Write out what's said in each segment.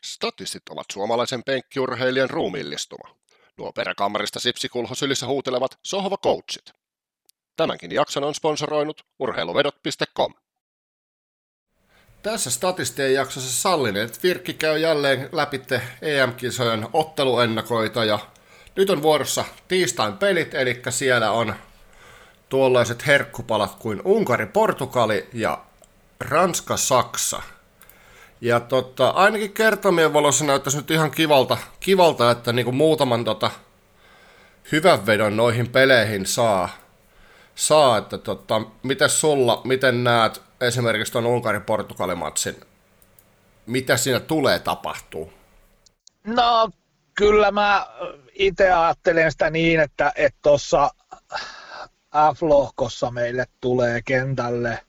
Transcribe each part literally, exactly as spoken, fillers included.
Statistit ovat suomalaisen penkkiurheilijan ruumiillistuma. Nuo peräkammarista sipsikulhosylissä huutelevat sohvacoachit. Tämänkin jakson on sponsoroinut urheiluvedot piste com. Tässä statistien jaksossa sallinen, että Virkki käy jälleen läpi E M-kisojen otteluennakoita ja nyt on vuorossa tiistain pelit, eli siellä on tuollaiset herkkupalat kuin Unkari-Portugali ja Ranska-Saksa. Ja tota, ainakin kertomien valossa näyttäisi nyt ihan kivalta, kivalta että niinku muutaman tota, hyvän vedon noihin peleihin saa. saa että tota, mites sulla, miten näet esimerkiksi tuon Unkari-Portugali-matsin? Mitä siinä tulee tapahtuu? No kyllä mä itse ajattelen sitä niin, että tuossa F-lohkossa meille tulee kentälle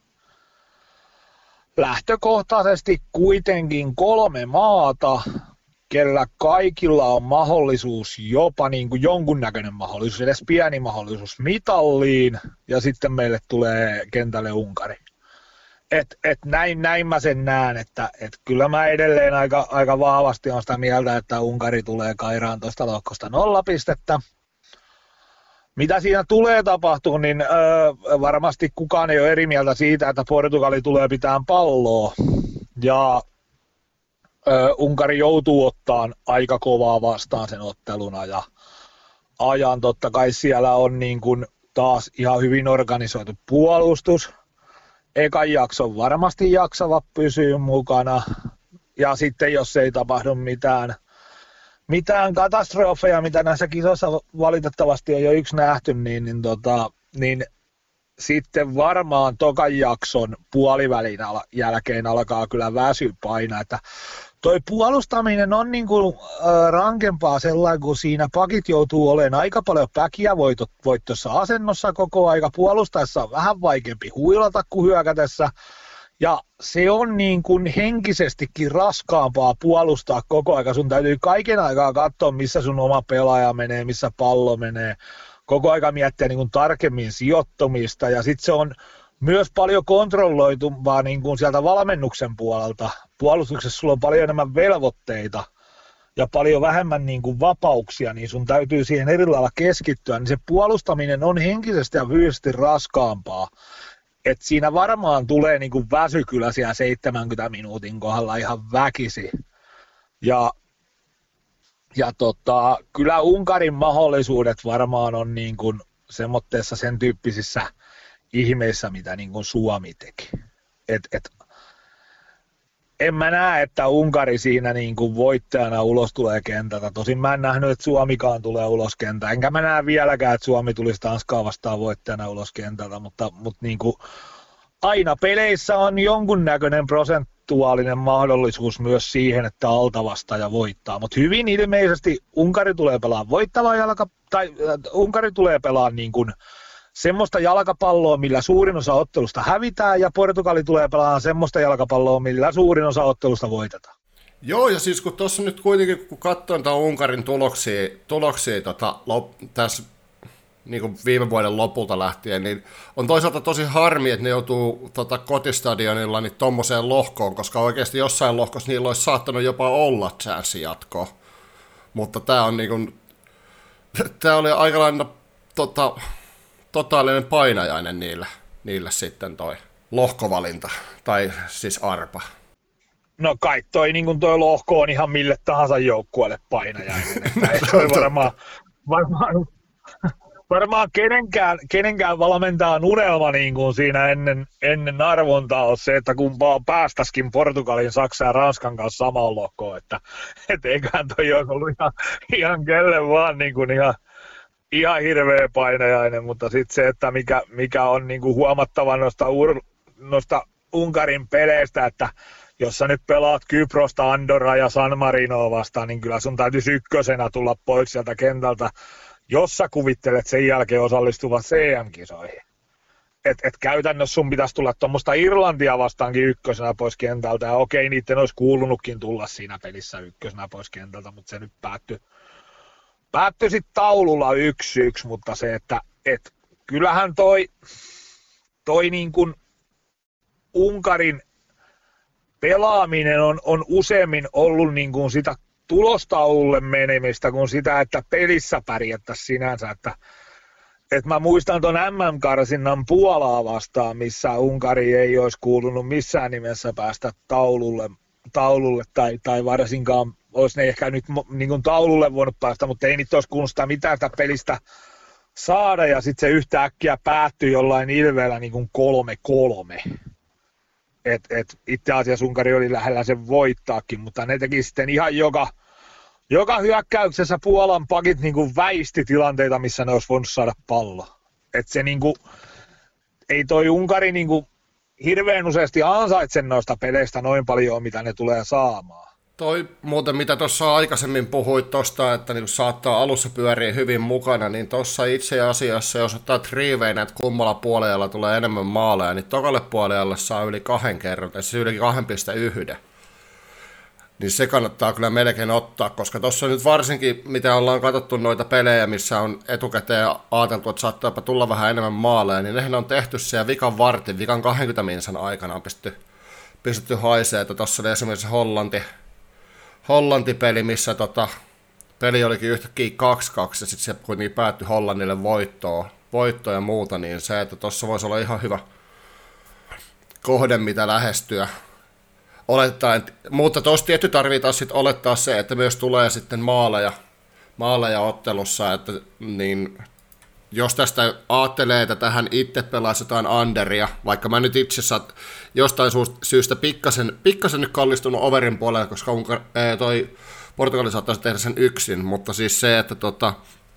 lähtökohtaisesti kuitenkin kolme maata, kellä kaikilla on mahdollisuus, jopa niin kuin jonkunnäköinen mahdollisuus, edes pieni mahdollisuus mitalliin, ja sitten meille tulee kentälle Unkari. Et, et näin, näin mä sen näen, että et kyllä mä edelleen aika, aika vahvasti on sitä mieltä, että Unkari tulee kairaan tuosta lohkosta nolla pistettä. Mitä siinä tulee tapahtua, niin öö, varmasti kukaan ei ole eri mieltä siitä, että Portugali tulee pitämään palloa. Ja öö, Unkari joutuu ottaan aika kovaa vastaan sen otteluna. Ja ajan totta kai siellä on niin kuin taas ihan hyvin organisoitu puolustus. Ekan jakson varmasti jaksava pysyä mukana. Ja sitten jos ei tapahdu mitään... Mitään katastrofeja, mitä näissä kisoissa valitettavasti on jo yksi nähty, niin, niin, tota, niin sitten varmaan tokan jakson puolivälin al- jälkeen alkaa kyllä väsy painaa. Että toi puolustaminen on niin kuin, äh, rankempaa sellainen, kun siinä pakit joutuu olemaan aika paljon päkiä voittossa asennossa koko aika. Puolustaessa on vähän vaikeampi huilata kuin hyökätessä. Ja se on niin kuin henkisestikin raskaampaa puolustaa koko aika. Sun täytyy kaiken aikaa katsoa, missä sun oma pelaaja menee, missä pallo menee. Koko aika miettiä niin kuin tarkemmin sijoittumista. Ja sitten se on myös paljon kontrolloitumpaa niin kuin sieltä valmennuksen puolelta. Puolustuksessa sulla on paljon enemmän velvoitteita ja paljon vähemmän niin kuin vapauksia, niin sun täytyy siihen eri lailla keskittyä. Niin se puolustaminen on henkisesti ja fyysisesti raskaampaa. Et siinä varmaan tulee niinku väsy kyllä siellä seitsemänkymmentä minuutin kohdalla ihan väkisi. Ja, ja tota, kyllä Unkarin mahdollisuudet varmaan on niinku semmoitteessa sen tyyppisissä ihmeissä, mitä niinku Suomi teki. Et, et, en mä näe, että Unkari siinä niinku voittajana ulos tulee kentältä. Tosin mä en nähnyt, että Suomikaan tulee ulos kentältä. Enkä mä näe vieläkään, että Suomi tulisi Tanskaa vastaan voittajana ulos kentältä. Mutta, mutta niinku, aina peleissä on jonkunnäköinen prosentuaalinen mahdollisuus myös siihen, että altavastaja voittaa. Mutta hyvin ilmeisesti Unkari tulee pelaamaan voittavaa jalka, tai äh, Unkari tulee pelaamaan niin kuin semmoista jalkapalloa, millä suurin osa ottelusta hävitään, ja Portugali tulee pelaamaan semmoista jalkapalloa, millä suurin osa ottelusta voitetaan. Joo, ja siis kun tuossa nyt kuitenkin, kun katsoin tämän Unkarin tuloksia, tuloksia tota, lop, tässä niin kuin viime vuoden lopulta lähtien, niin on toisaalta tosi harmi, että ne joutuu tota, kotistadionilla niin tommoseen lohkoon, koska oikeasti jossain lohkossa niillä olisi saattanut jopa olla chanssi jatkoa. Mutta tämä on niin kuin, tämä oli aika lailla tota, totaalinen painajainen niille, niille sitten toi lohkovalinta, tai siis arpa. No kai toi, niin kuin toi lohko on ihan mille tahansa joukkueelle painajainen. Ei toi varmaan, varmaan, varmaan kenenkään, kenenkään valmentajan unelma niin kuin siinä ennen, ennen arvontaa on se, että kumpaa päästäisikin Portugalin, Saksan ja Ranskan kanssa samaan lohkoon. Että et eiköhän toi olisi ollut ihan, ihan kelle vaan niin kuin ihan, ihan hirveä painajainen, mutta sitten se, että mikä, mikä on niin kuin huomattava noista, ur, noista Unkarin peleistä, että jos sä nyt pelaat Kyprosta, Andorraa ja San Marinoa vastaan, niin kyllä sun täytyisi ykkösenä tulla pois sieltä kentältä, jos sä kuvittelet sen jälkeen osallistuvan C M-kisoihin. Et, et käytännössä sun pitäisi tulla tuommoista Irlantia vastaankin ykkösenä pois kentältä, ja okei, niiden olisi kuulunutkin tulla siinä pelissä ykkösenä pois kentältä, mutta se nyt päättyi, päättyi sitten taululla yksi yksi, mutta se, että et, kyllähän toi, toi niin kuin Unkarin pelaaminen on, on useammin ollut niin kuin sitä tulostaululle menemistä kuin sitä, että pelissä pärjättäisiin sinänsä. Että, että mä muistan tuon M M-karsinnan Puolaa vastaan, missä Unkari ei olisi kuulunut missään nimessä päästä taululle, taululle tai, tai varsinkaan olisi ne ehkä nyt niin kuin taululle voinut päästä, mutta ei niitä olisi kuulunut sitä mitään sitä pelistä saada, ja sitten se yhtäkkiä päättyi jollain ilveellä niin kuin kolme kolme. Et, et itse asiassa Unkari oli lähellä sen voittaakin, mutta ne teki sitten ihan joka, joka hyökkäyksessä Puolan pakit niin kuin väisti tilanteita, missä ne olisi voinut saada palloa. Et se niin kuin, ei toi Unkari niin kuin hirveän useasti ansaitse noista peleistä noin paljon, mitä ne tulee saamaan. Toi muuten, mitä tuossa aikaisemmin puhuit tuosta, että niin saattaa alussa pyöriä hyvin mukana, niin tuossa itse asiassa, jos ottaa triiveinä, että kummalla puolella tulee enemmän maaleja, niin tokalle puolelle saa yli kahden kerran, tai siis yli kaksi pilkku yksi. Niin se kannattaa kyllä melkein ottaa, koska tuossa nyt varsinkin, mitä ollaan katsottu noita pelejä, missä on etukäteen ajateltu, että saattaa tulla vähän enemmän maaleja, niin nehän on tehty siellä vikan vartin, vikan kaksikymmentä minsan aikana on pistetty, pistetty haisee, että tuossa oli esimerkiksi Hollanti, Hollanti-peli, missä tota, peli olikin yhtäkkiä kaksi kaksi, ja sitten se kuitenkin päättyi Hollannille voittoon, voittoon ja muuta, niin se, että tuossa voisi olla ihan hyvä kohde, mitä lähestyä. Olettaen, mutta tuossa tietty tarvitaan sitten olettaa se, että myös tulee sitten maaleja, maaleja ottelussa, että niin, jos tästä ajattelee, että tähän itse pelaisi jotain underia, vaikka mä nyt itse asiassa jostain syystä pikkasen, pikkasen nyt kallistunut overin puolelle, koska Unkar, ää, toi Portugali saattaisi tehdä sen yksin, mutta siis se, että tota,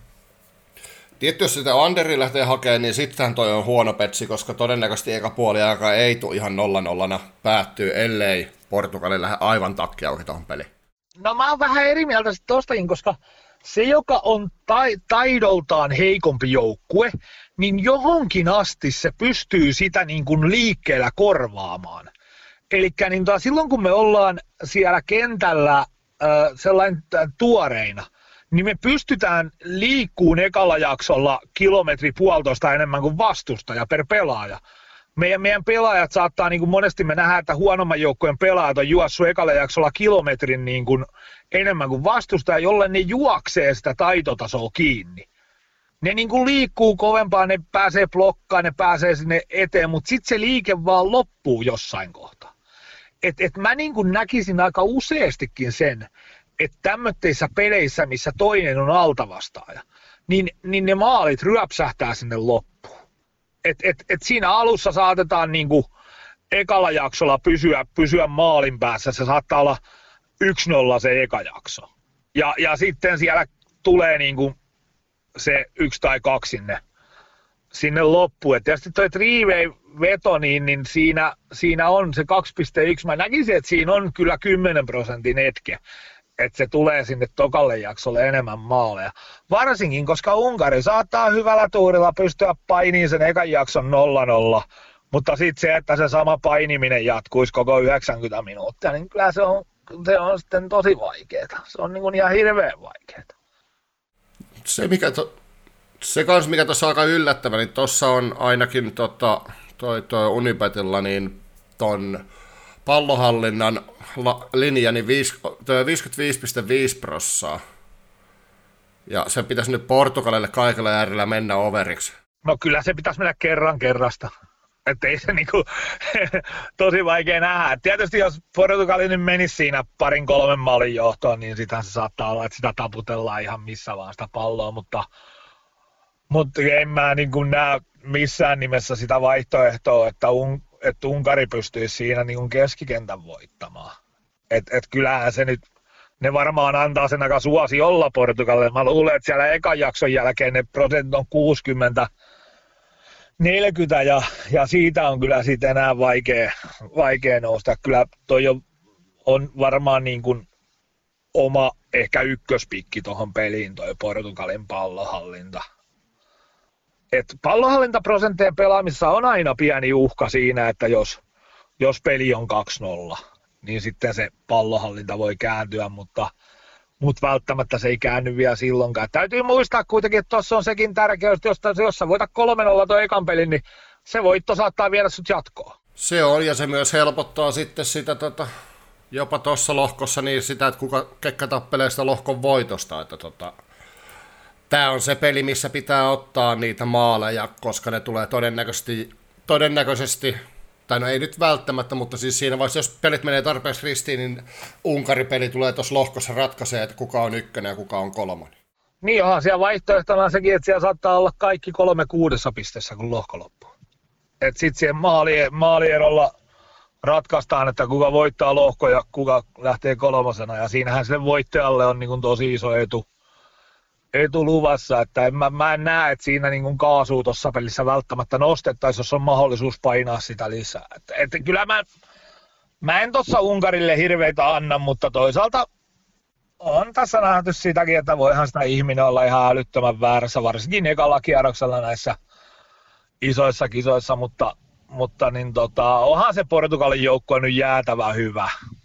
tietty jos sitä underia lähtee hakemaan, niin sittenhän toi on huono petsi, koska todennäköisesti eka puoli aikaa ei tule ihan nolla nollana päättyy, ellei Portugali lähde aivan takki auki tuohon peliin. No mä oon vähän eri mieltä sitten tostakin, koska se, joka on tai, taidoltaan heikompi joukkue, niin johonkin asti se pystyy sitä niin kuin liikkeellä korvaamaan. Eli niin silloin kun me ollaan siellä kentällä äh, sellainen tuoreina, niin me pystytään liikkuun ekalla jaksolla kilometri puolitoista enemmän kuin vastustaja per pelaaja. Meidän, meidän pelaajat saattaa, niin kuin monesti me nähdään, että huonomman joukkojen pelaajat on juossut ekalla jaksolla kilometrin niin kuin enemmän kuin vastustaja, jolle ne juoksee sitä taitotasoa kiinni. Ne niin kuin liikkuu kovempaa, ne pääsee blokkaan, ne pääsee sinne eteen, mutta sitten se liike vaan loppuu jossain kohtaa. Et, et mä niin kuin näkisin aika useastikin sen, että tämmöisissä peleissä, missä toinen on altavastaaja, niin, niin ne maalit ryöpsähtää sinne loppuun. Et, et, et siinä alussa saatetaan niinku ekalla jaksolla pysyä, pysyä maalin päässä, se saattaa olla yksi nolla se eka jakso. Ja, ja sitten siellä tulee niinku se yksi tai kaksi sinne, sinne loppuun. Et tietysti toi three-way-veto, niin, niin siinä, siinä on se kaksi pilkku yksi. Mä näkisin, että siinä on kyllä kymmenen prosentin etke, että se tulee sinne tokalle jaksolle enemmän maaleja. Varsinkin, koska Unkari saattaa hyvällä tuurilla pystyä painiin sen ekan jakson nolla nolla, mutta sitten se, että se sama painiminen jatkuisi koko yhdeksänkymmentä minuuttia, niin kyllä se on, se on sitten tosi vaikeaa. Se on niin kuin ihan hirveän vaikeaa. Se, mikä to, se kans, mikä tuossa on aika yllättävä, niin tuossa on ainakin tota, toi, toi Unibetilla niin ton pallohallinnan la, linja niin viisikymmentäviisi pilkku viisi prosenttia. Ja se pitäisi nyt Portugalille kaikilla järjellä mennä overiksi. No kyllä se pitäisi mennä kerran kerrasta. Että ei se niinku, tosi vaikea nähdä. Tietysti jos Portugali nyt menisi siinä parin kolmen maalin johtoon, niin sitähän se saattaa olla, että sitä taputellaan ihan missä vaan sitä palloa. Mutta, mutta en mä niinku näe missään nimessä sitä vaihtoehtoa, että, un, että Unkari pystyisi siinä niinku keskikentän voittamaan. Että et kyllähän se nyt, ne varmaan antaa sen aika suosi olla Portugalille. Mä luulen, että siellä ekan jakson jälkeen ne prosentit on kuusikymmentä neljäkymmentä ja, ja siitä on kyllä sitten enää vaikea, vaikea nousta. Kyllä toi on, on varmaan niin kuin oma ehkä ykköspikki tuohon peliin toi Portugalin pallohallinta. Et pallohallintaprosenttien pelaamisessa on aina pieni uhka siinä, että jos, jos peli on kaksi nolla, niin sitten se pallohallinta voi kääntyä, mutta mutta välttämättä se ei käänny vielä silloinkaan. Täytyy muistaa kuitenkin, että tuossa on sekin tärkeys, että jos, jos sä voitat kolme nolla tuon ekan pelin, niin se voitto saattaa viedä sut jatkoon. Se on, ja se myös helpottaa sitten sitä tota, jopa tuossa lohkossa niin sitä, että kuka kekkä tappelee sitä lohkon voitosta, että tota, tämä on se peli, missä pitää ottaa niitä maaleja, koska ne tulee todennäköisesti, todennäköisesti, tai no ei nyt välttämättä, mutta siis siinä vaiheessa, jos pelit menee tarpeeksi ristiin, niin Unkari-peli tulee tuossa lohkossa ratkaisee, että kuka on ykkönen ja kuka on kolmonen. Niin onhan siellä vaihtoehtona sekin, että siellä saattaa olla kaikki kolme kuudessa pisteessä, kun lohko loppuu. Että sitten siihen maali, maalierolla ratkaistaan, että kuka voittaa lohko ja kuka lähtee kolmosena. Ja siinähän sille voittajalle on niin kuin tosi iso etu, etu luvassa. Että en, mä, mä en näe, että siinä niin kuin kaasua tuossa pelissä välttämättä nostettaisiin, jos on mahdollisuus painaa sitä lisää. Että, että kyllä mä, mä en tuossa Unkarille hirveitä anna, mutta toisaalta on tässä nähty sitäkin, että voihan sitä ihminen olla ihan älyttömän väärässä, varsinkin ekalla kierroksella näissä isoissa kisoissa, mutta, mutta niin tota, onhan se Portugalin joukko nyt jäätävä hyvä.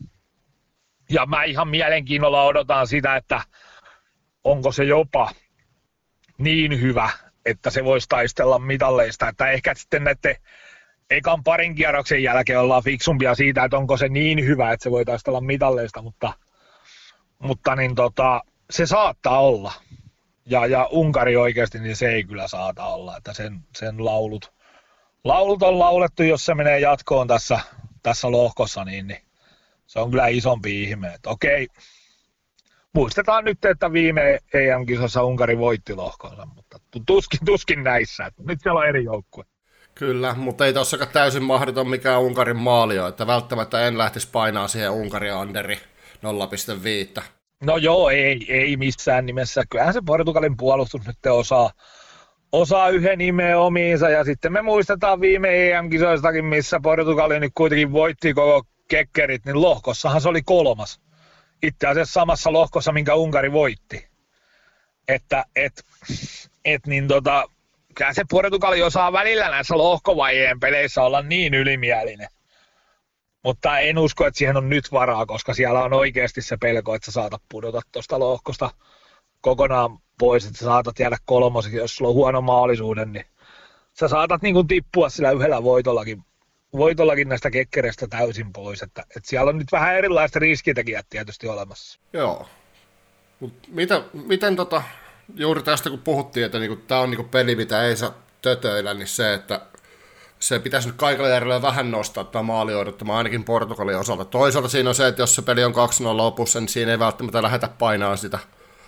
Ja mä ihan mielenkiinnolla odotan sitä, että onko se jopa niin hyvä, että se voisi taistella mitalleista, että ehkä sitten näiden ekan parin kierroksen jälkeen ollaan fiksumpia siitä, että onko se niin hyvä, että se voi taistella mitalleista, mutta, mutta niin tota, se saattaa olla. Ja, ja Unkari oikeasti, niin se ei kyllä saata olla, että sen, sen laulut, laulut on laulettu, jos se menee jatkoon tässä, tässä lohkossa, niin, niin se on kyllä isompi ihme. Että okei, muistetaan nyt, että viime E M-kisossa Unkari voitti lohkonsa, mutta tuskin, tuskin näissä, että nyt siellä on eri joukkue. Kyllä, mutta ei tossakaan täysin mahdoton mikään Unkarin maalio, että välttämättä en lähtisi painaa siihen Unkarin underi nolla pilkku viisi. No joo, ei, ei missään nimessä. Kyllähän se Portugalin puolustus nyt osaa, osaa yhden nimeä omiinsa. Ja sitten me muistetaan viime E M-kisoistakin, missä Portugali nyt kuitenkin voitti koko kekkerit, niin lohkossahan se oli kolmas. Itse asiassa samassa lohkossa, minkä Unkari voitti. Että et, et, niin tota, kyllä se Portugali osaa välillä näissä lohkovaiheen peleissä olla niin ylimielinen. Mutta en usko, että siihen on nyt varaa, koska siellä on oikeasti se pelko, että sä saatat pudota tuosta lohkosta kokonaan pois, että sä saatat jäädä kolmosiksi, jos sulla on huono mahdollisuuden, niin sä saatat niin kuin tippua sillä yhdellä voitollakin, voitollakin näistä kekkereistä täysin pois, että, että siellä on nyt vähän erilaiset riskitekijät tietysti olemassa. Joo, mutta mitä, miten tota, juuri tästä kun puhuttiin, että niinku, tämä on niinku peli, mitä ei saa tötöillä, niin se, että se pitäisi nyt kaikilla järjellä vähän nostaa tämä maali odottamaan ainakin Portugalin osalta. Toisaalta siinä on se, että jos se peli on kaksi nolla lopussa, niin siinä ei välttämättä lähdetä painaa sitä,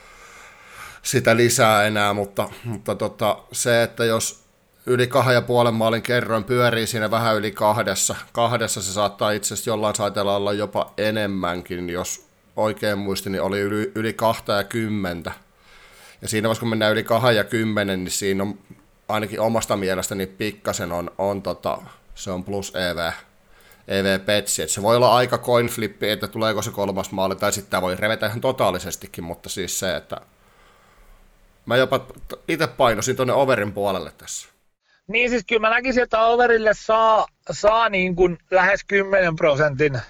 sitä lisää enää, mutta, mutta tota, se, että jos yli kahden ja puolen maalin kerroin pyörii siinä vähän yli kahdessa, kahdessa se saattaa itse asiassa jollain saiteella olla jopa enemmänkin, jos oikein muistin, niin oli yli, yli kahta ja kymmentä. Ja siinä vaiheessa, kun mennään yli kahden ja kymmenen, niin siinä on ainakin omasta mielestäni pikkasen on, on tota, se on plus E V, E V-petsi, että se voi olla aika coin flippi, että tuleeko se kolmas maali, tai sitten tämä voi revetä ihan totaalisestikin, mutta siis se, että mä jopa itse painosin tuonne overin puolelle tässä. Niin siis kyllä mä näkisin, että overille saa, saa niin kuin lähes kymmenen prosentin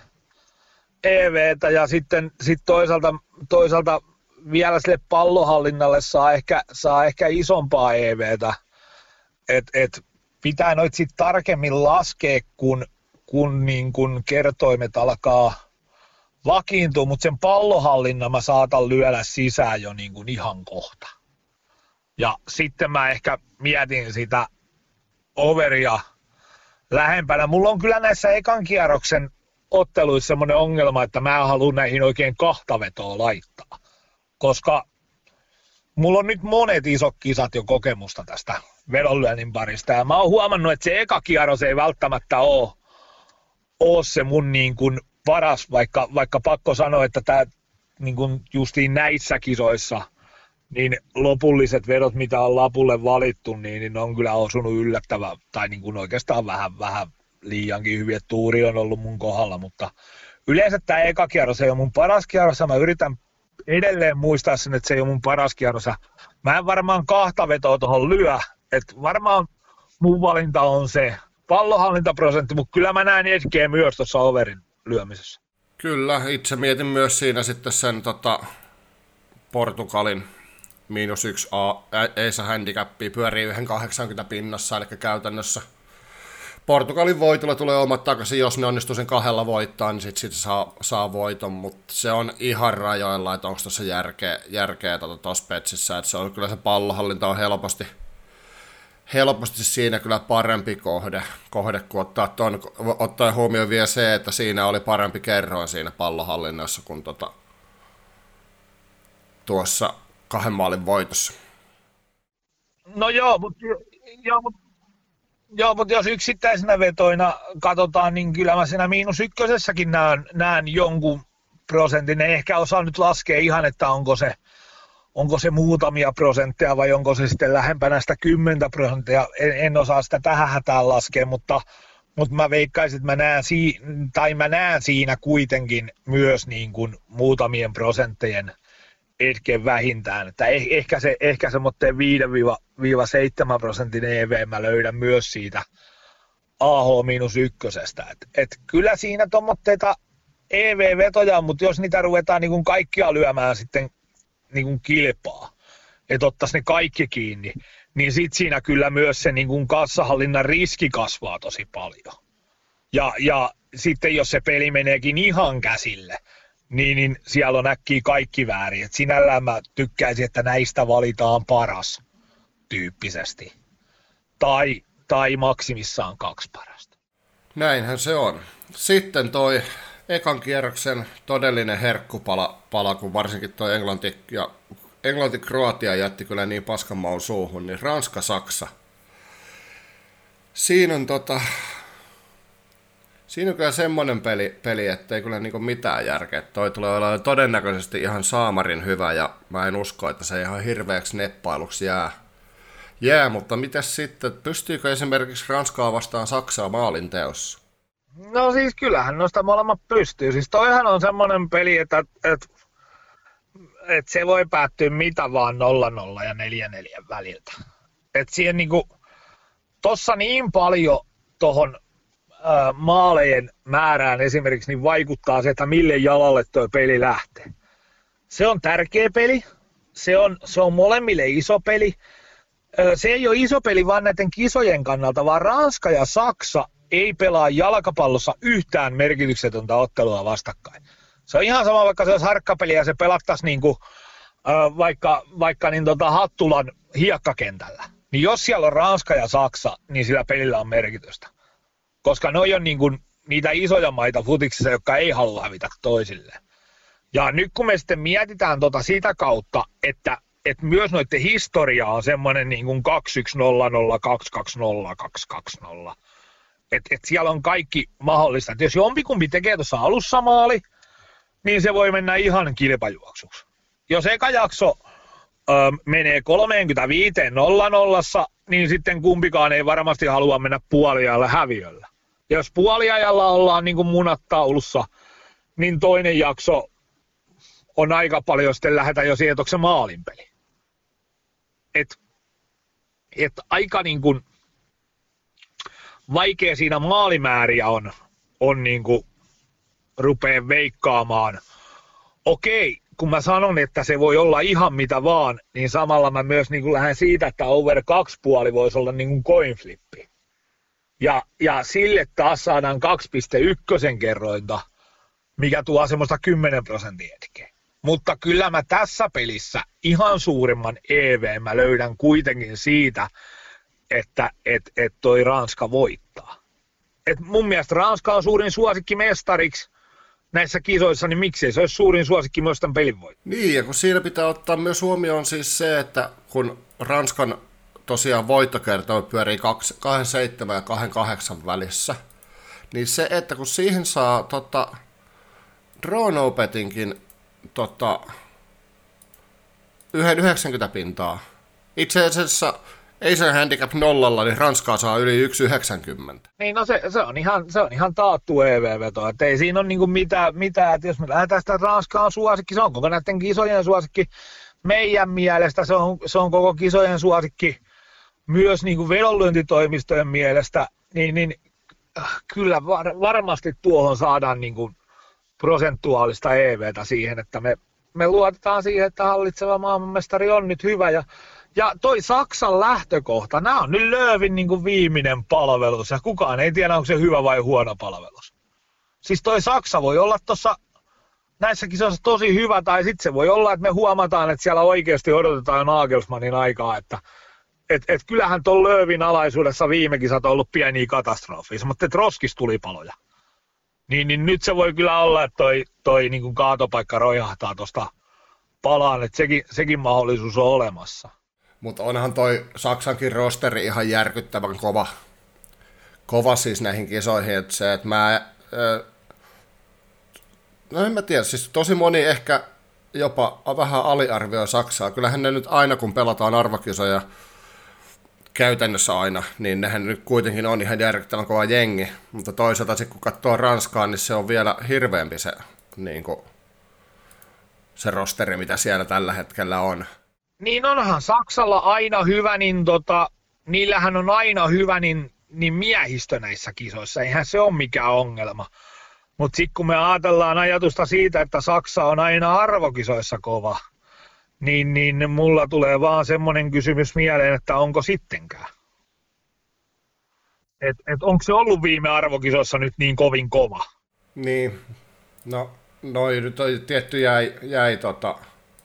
E V:tä, ja sitten sit toisaalta, toisaalta vielä sille pallohallinnalle saa ehkä, saa ehkä isompaa E V:tä. Et, et pitää noit sit tarkemmin laskea, kun, kun, niin kun kertoimet alkaa vakiintua, mutta sen pallohallinnan mä saatan lyödä sisään jo niin kun ihan kohta. Ja sitten mä ehkä mietin sitä overia lähempänä. Mulla on kyllä näissä ekan kierroksen otteluissa semmoinen ongelma, että mä haluan näihin oikein kahta vetoa laittaa, koska mulla on nyt monet isot kisat jo kokemusta tästä vedonlyönnin parista, ja mä oon huomannut, että se eka kierros ei välttämättä ole, ole se mun niin kuin paras, vaikka, vaikka pakko sanoa, että tää niin kuin justiin näissä kisoissa, niin lopulliset vedot, mitä on lapulle valittu, niin, niin on kyllä osunut yllättävän, tai niin kuin oikeastaan vähän, vähän liiankin hyviä. Tuuri on ollut mun kohdalla, mutta yleensä tämä eka kierros ei ole mun paras kierros, ja mä yritän edelleen muistaa sen, että se ei ole mun paras kierros. Mä en varmaan kahta vetoa tuohon lyö, että varmaan mun valinta on se pallohallintaprosentti, mutta kyllä mä näen etkeä myös tuossa overin lyömisessä. Kyllä, itse mietin myös siinä sitten sen tota, Portugalin miinus yksi A, ei saa handicapia, pyörii yhden kahdeksankymmentä pinnassa, eli käytännössä Portugalin voitolla tulee omat takaisin, jos ne onnistuu sen kahdella voittaa, niin sitten sit saa, saa voiton, mutta se on ihan rajoilla, että onko tuossa järkeä, järkeä tuossa tota, petsissä, että se on kyllä se pallohallinta on helposti, helposti siinä kyllä parempi kohde, kohde kun ottaa, ton, ottaa huomioon vielä se, että siinä oli parempi kerroin siinä pallohallinnassa kuin tota, tuossa kahden maalin voitossa. No joo, mutta joo, mut, joo, mut jos yksittäisenä vetoina katsotaan, niin kyllä mä siinä miinus ykkösessäkin näen, näen jonkun prosentin. En ehkä osaa nyt laskea ihan, että onko se, onko se muutamia prosentteja vai onko se sitten lähempänä sitä kymmentä prosenttia. En, en osaa sitä tähän hätään laskea, mutta, mutta mä veikkaisin, että mä näen, si- tai mä näen siinä kuitenkin myös niin kuin muutamien prosenttejen etken vähintään, että eh, ehkä se, ehkä se viisi seitsemän prosentin E V mä löydän myös siitä A H-ykkösestä. Et, et kyllä siinä tuommoitteita E V-vetoja, mutta jos niitä ruvetaan niin kuin kaikkia lyömään sitten niin kuin kilpaa, että ottaisi ne kaikki kiinni, niin sitten siinä kyllä myös se niin kuin kassahallinnan riski kasvaa tosi paljon. Ja, ja sitten jos se peli meneekin ihan käsille, Niin, niin siellä on äkkiä kaikki väärin. Et sinällään mä tykkäisin, että näistä valitaan paras tyyppisesti. Tai, tai maksimissaan kaksi parasta. Näinhän se on. Sitten toi ekan kierroksen todellinen herkkupala, pala, kun varsinkin toi Englanti ja Englanti-Kroatia jätti kyllä niin paskan maun suuhun, niin Ranska-Saksa. Siinä on tota... Siinä on kyllä semmoinen peli, peli ettei kyllä niinku mitään järkeä. Toi tulee olla todennäköisesti ihan saamarin hyvä ja mä en usko, että se ihan hirveäksi neppailuksi jää. Jää, mutta mitäs sitten, pystyykö esimerkiksi Ranskaa vastaan Saksaa maalin teossa? No siis kyllähän noista molemmat pystyy. Siis toihan on semmoinen peli, että, että, että se voi päättyä mitä vaan nolla nolla ja neljä neljä väliltä. Että siihen niinku, tossa niin paljon tohon maalejen määrään esimerkiksi niin vaikuttaa se, että mille jalalle tuo peli lähtee. Se on tärkeä peli, se on, se on molemmille iso peli. Se ei ole iso peli vaan näiden kisojen kannalta, vaan Ranska ja Saksa ei pelaa jalkapallossa yhtään merkityksetöntä ottelua vastakkain. Se on ihan sama, vaikka se olisi harkkapeli ja se pelattaisiin niin kuin, vaikka, vaikka niin tota Hattulan hiekkakentällä. Niin jos siellä on Ranska ja Saksa, niin sillä pelillä on merkitystä. Koska ne on niin kuin niitä isoja maita futiksessa, jotka ei halua hävitä toisilleen. Ja nyt kun me sitten mietitään tota sitä kautta, että, että myös noiden historia on semmoinen niin kuin kaksi yksi nolla nolla, kaksi kaksi nolla, kaksi kaksi nolla. Että et siellä on kaikki mahdollista. Et jos jompikumpi tekee tuossa alussa maali, niin se voi mennä ihan kilpajuoksuksi. Jos eka jakso ö, menee kolmekymmentäviisi nolla nollassa, niin sitten kumpikaan ei varmasti halua mennä puoliajalle häviöllä. Jos puoliajalla ollaan niin kuin munat taulussa, niin toinen jakso on aika paljon sitten lähdetään jo siihen, että onko se maalinpeli. Et, et aika niin kuin vaikea siinä maalimääriä on, on niin kuin rupea veikkaamaan. Okei, kun mä sanon, että se voi olla ihan mitä vaan, niin samalla mä myös niin kuin lähden siitä, että over kaksi puoli voisi olla niin kuin coin flippi. Ja, ja sille taas saadaan kaksi pilkku yksi kerrointa, mikä tuo semmoista kymmenen prosentin etkeä. Mutta kyllä mä tässä pelissä ihan suurimman E V mä löydän kuitenkin siitä, että et, et toi Ranska voittaa. Et mun mielestä Ranska on suurin suosikki mestariksi näissä kisoissa, niin miksei se olisi suurin suosikki myös tämän pelin voittaa. Niin, ja kun siinä pitää ottaa myös huomioon siis se, että kun Ranskan tosiaan voittokertoimet pyörii kaksi seitsemän ja kaksi kahdeksan välissä, niin se, että kun siihen saa tota, draw no betinkin tota, yhden yhdeksänkymmentä pintaa, itse asiassa ei se handicap nollalla, niin Ranskaa saa yli yksi yhdeksänkymmentä. Niin, no se, se, on, ihan, se on ihan taattu E V-veto, että ei siinä ole niinku mitään, mitään, että jos me lähdetään sitä Ranskaa on suosikki, se on koko näiden kisojen suosikki meidän mielestä, se on, se on koko kisojen suosikki myös niinku vedonlyöntitoimistojen mielestä, niin, niin kyllä var, varmasti tuohon saadaan niinku prosentuaalista E V:tä siihen, että me, me luotetaan siihen, että hallitseva maailmanmestari on nyt hyvä ja Ja toi Saksan lähtökohta, nämä on nyt Löövin niin kuin viimeinen palvelus, ja kukaan ei tiedä, onko se hyvä vai huono palvelus. Siis toi Saksa voi olla tuossa näissä kisoissa tosi hyvä, tai sitten se voi olla, että me huomataan, että siellä oikeasti odotetaan Nagelsmannin aikaa, että et, et kyllähän tuon Löövin alaisuudessa viime kisat on ollut pieniä katastrofia, mutta että roskis tuli paloja. Niin, niin nyt se voi kyllä olla, että toi, toi niin kuin kaatopaikka rojahtaa tuosta palaan, että sekin, sekin mahdollisuus on olemassa. Mutta onhan toi Saksankin rosteri ihan järkyttävän kova, kova siis näihin kisoihin, että se, että mä, ää, no en mä tiedä, siis tosi moni ehkä jopa vähän aliarvioi Saksaa. Kyllähän ne nyt aina, kun pelataan arvokisoja, käytännössä aina, niin nehän nyt kuitenkin on ihan järkyttävän kova jengi, mutta toisaalta sitten kun katsoo Ranskaa, niin se on vielä hirveämpi se, niin kuin, se rosteri, mitä siellä tällä hetkellä on. Niin onhan Saksalla aina hyvä, niin tota, niillähän on aina hyvä niin, niin miehistö näissä kisoissa, eihän se ole mikään ongelma. Mutta sitten kun me ajatellaan ajatusta siitä, että Saksa on aina arvokisoissa kova, niin, niin mulla tulee vaan semmoinen kysymys mieleen, että onko sittenkään. Että et onko se ollut viime arvokisoissa nyt niin kovin kova? Niin, no noi nyt on tietty jäi, jäi tota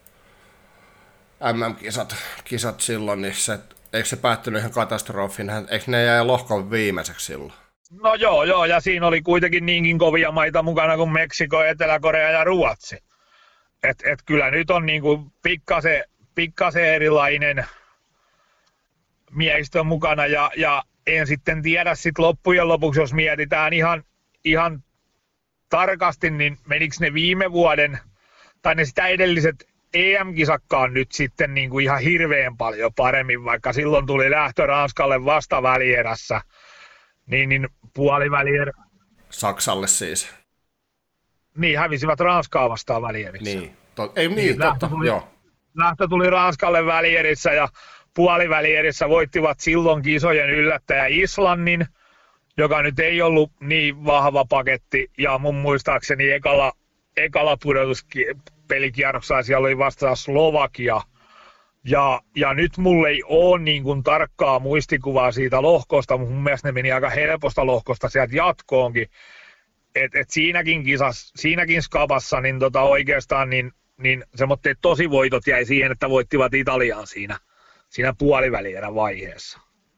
M M-kisat kisat silloin, niin se, eikö se päättynyt ihan katastrofin, eikö ne jäi lohkon viimeiseksi silloin? No joo, joo, ja siinä oli kuitenkin niinkin kovia maita mukana kuin Meksiko, Etelä-Korea ja Ruotsi. Et, et kyllä nyt on niinku pikkasen, pikkasen erilainen miehistö mukana, ja, ja en sitten tiedä sit loppujen lopuksi, jos mietitään ihan, ihan tarkasti, niin menikö ne viime vuoden, tai ne sitä edelliset E M-kisakkaan nyt sitten niinku ihan hirveän paljon paremmin, vaikka silloin tuli lähtö Ranskalle vasta välierässä, niin, niin puolivälierä. Saksalle siis. Niin, hävisivät Ranskaa vastaan välierissä. Niin, to, ei niin, niin totta, tuli, joo. Lähtö tuli Ranskalle välierissä ja puolivälierissä voittivat silloin kisojen yllättäjä Islannin, joka nyt ei ollut niin vahva paketti, ja mun muistaakseni ekalla, ekalla pudotuspelikierroksella siellä oli vastaan Slovakia, ja, ja nyt mulla ei ole niin kuin tarkkaa muistikuvaa siitä lohkosta, mutta mun mielestä ne meni aika helposta lohkosta sieltä jatkoonkin. Et, et siinäkin kisas, siinäkin skabassa, niin tota oikeastaan niin, niin semmoitteet tosi voitot jäi siihen, että voittivat Italiaan siinä, siinä puolivälierän vaiheessa.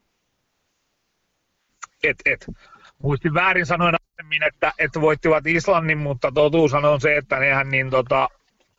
Et, et, muistin väärin sanoin aiemmin, että, että voittivat Islannin, mutta totuushan on se, että nehän, niin tota,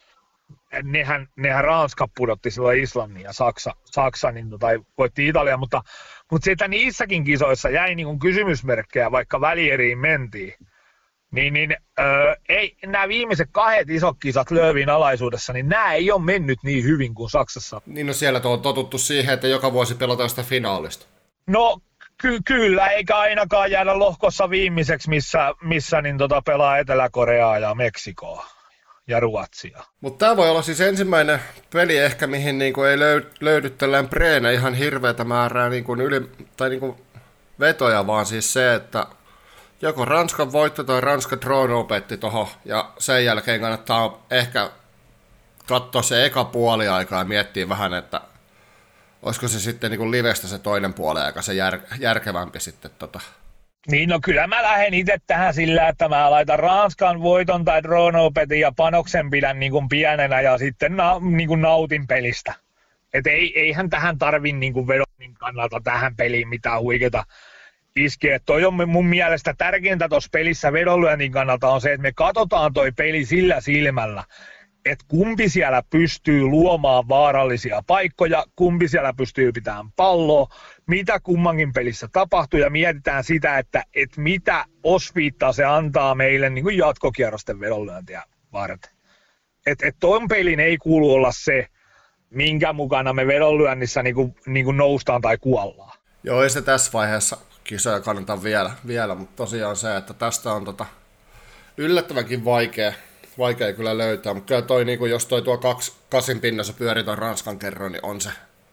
nehän, nehän Ranska pudotti silloin Islannin ja Saksa, Saksa niin tota, voitti Italia, mutta, mutta se, että niissäkin kisoissa jäi niin kuin kysymysmerkkejä, vaikka välieriin mentiin. Niin, niin öö, ei, nämä viimeiset kahdet isot kisat Löövin alaisuudessa, niin nämä ei ole mennyt niin hyvin kuin Saksassa. Niin no siellä on totuttu siihen, että joka vuosi pelataan sitä finaalista. No ky- kyllä, eikä ainakaan jäädä lohkossa viimeiseksi, missä, missä niin tota pelaa Etelä-Koreaa ja Meksikoa ja Ruotsia. Mutta tämä voi olla siis ensimmäinen peli ehkä, mihin niinku ei löy- löydy tällainen preenä ihan hirveätä määrää niinku yli, tai niinku vetoja, vaan siis se, että joko Ranskan voitto tai Ranskan draw opetti tuohon, ja sen jälkeen kannattaa ehkä katsoa se eka puoliaika ja miettiä vähän, että olisiko se sitten niin kuin livestä se toinen puoliaika, se jär, järkevämpi sitten. Tota. Niin, no kyllä mä lähden itse tähän sillä, että mä laitan Ranskan voiton tai draw opetin ja panoksen pidän niin kuin pienenä ja sitten na, niin kuin nautin pelistä. Et ei, eihän tähän tarvi niin kuin vedonnin kannalta tähän peliin mitään huikeata iskeä. Toi on mun mielestä tärkeintä tuossa pelissä vedonlyönnin kannalta on se, että me katsotaan toi peli sillä silmällä, että kumpi siellä pystyy luomaan vaarallisia paikkoja, kumpi siellä pystyy pitämään palloa, mitä kummankin pelissä tapahtuu ja mietitään sitä, että, että mitä osviittaa se antaa meille niin kuin jatkokierrosten vedonlyöntiä varten. Että et ton pelin ei kuulu olla se, minkä mukana me vedonlyönnissä niin kuin, niin kuin noustaan tai kuollaan. Joo, ei se tässä vaiheessa kisoja kannata vielä, vielä, mutta tosiaan se, että tästä on tota yllättävänkin vaikea, vaikea kyllä löytää, mutta kyllä toi, niin jos toi tuo kaksi, kasin pinnassa pyörii ton Ranskan kerran, niin on se,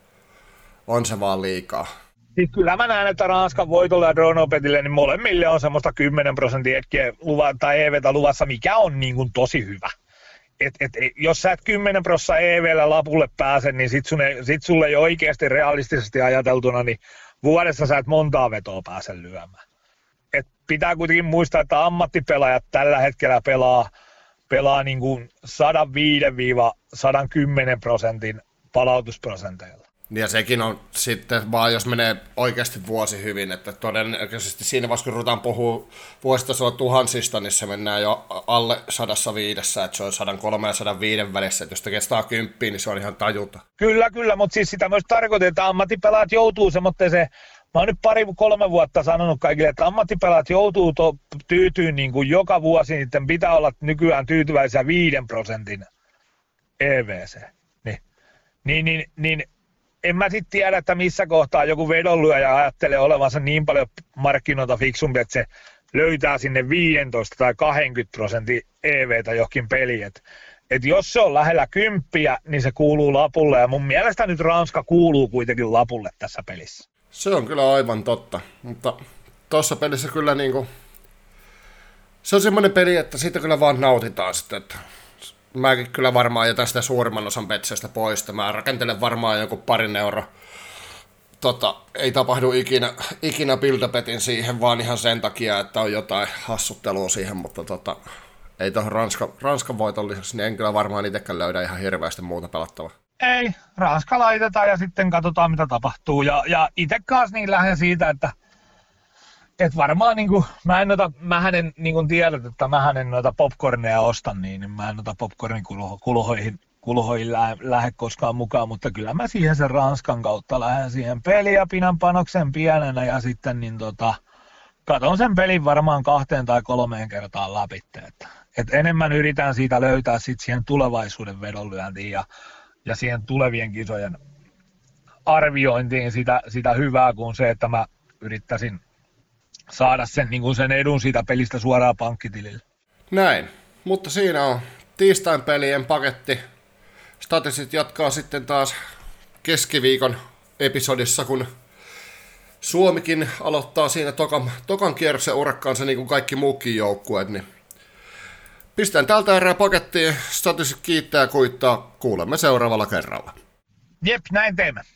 on se vaan liikaa. Siis kyllä mä näen, että Ranskan voitolla ja Dronopetille, niin molemmille on semmoista kymmenen prosenttia tai E V:tä luvassa, mikä on niin kuin tosi hyvä. et, et, jos sä et kymmenen prosenttia E V:llä lapulle pääse, niin sit, sun ei, sit sulle ei oikeasti realistisesti ajateltuna, niin vuodessa sä et montaa vetoa pääse lyömään. Et pitää kuitenkin muistaa, että ammattipelaajat tällä hetkellä pelaa, pelaa niin kuin sata viisi sata kymmenen prosentin palautusprosenteilla. Ja sekin on sitten vaan, jos menee oikeasti vuosi hyvin, että todennäköisesti siinä vaiheessa, kun ruvetaan puhua vuositasolla tuhansista, niin se mennään jo alle sadassa viidessä, että se on sata kolme ja sata viisi välissä, että jos tekee sata kymmenen, niin se on ihan tajuta. Kyllä, kyllä, mutta siis sitä myös tarkoittaa, että ammattipelaat joutuu semmoitteeseen, mä oon nyt pari, kolme vuotta sanonut kaikille, että ammattipelaat joutuu to, tyytyyn niin kuin joka vuosi, niiden pitää olla nykyään tyytyväisiä viiden prosentin E V C. Niin, niin, niin, niin en mä sitten tiedä, että missä kohtaa joku vedonlyöjä ajattelee olevansa niin paljon markkinoita fiksumpi, että se löytää sinne viisitoista tai kaksikymmentä prosentin E V:tä johonkin peliin. Et, et jos se on lähellä kymppiä, niin se kuuluu lapulle, ja mun mielestä nyt Ranska kuuluu kuitenkin lapulle tässä pelissä. Se on kyllä aivan totta, mutta tuossa pelissä kyllä niinku, se on semmoinen peli, että siitä kyllä vaan nautitaan sitten, että mäkin kyllä varmaan jätän sitä suurimman osan petseistä pois, että mä rakentelen varmaan joku parin euro. Tota, ei tapahdu ikinä, ikinä build-upetin siihen, vaan ihan sen takia, että on jotain hassuttelua siihen, mutta tota, ei tuohon Ranska, Ranskan voiton lisäksi, niin en kyllä varmaan itsekään löydä ihan hirveästi muuta pelattavaa. Ei, Ranska laitetaan ja sitten katsotaan mitä tapahtuu. Ja, ja itse kanssa niin lähden siitä, että et varmaan niinku, mä en noita, mähän en, niin kuin tiedät, että mähän en noita popcorneja ostan, niin, niin mä en noita popcornin kulhoihin, kulhoihin lähde, lähde koskaan mukaan, mutta kyllä mä siihen sen Ranskan kautta lähden siihen peliin ja pidän panoksen pienenä ja sitten niin tota, katon sen pelin varmaan kahteen tai kolmeen kertaan läpi. Että, et enemmän yritän siitä löytää sit siihen tulevaisuuden vedonlyöntiin ja, ja siihen tulevien kisojen arviointiin sitä, sitä hyvää kuin se, että mä yrittäisin saada sen, niin kuin sen edun siitä pelistä suoraan pankkitilille. Näin, mutta siinä on tiistain pelien paketti. Statisit jatkaa sitten taas keskiviikon episodissa, kun Suomikin aloittaa siinä tokan, tokan kierroksen urakkaansa niin kuin kaikki muukin joukkueet. Niin pistän tältä erää pakettiin. Statisit kiittää ja kuittaa. Kuulemme seuraavalla kerralla. Jep, näin teemme.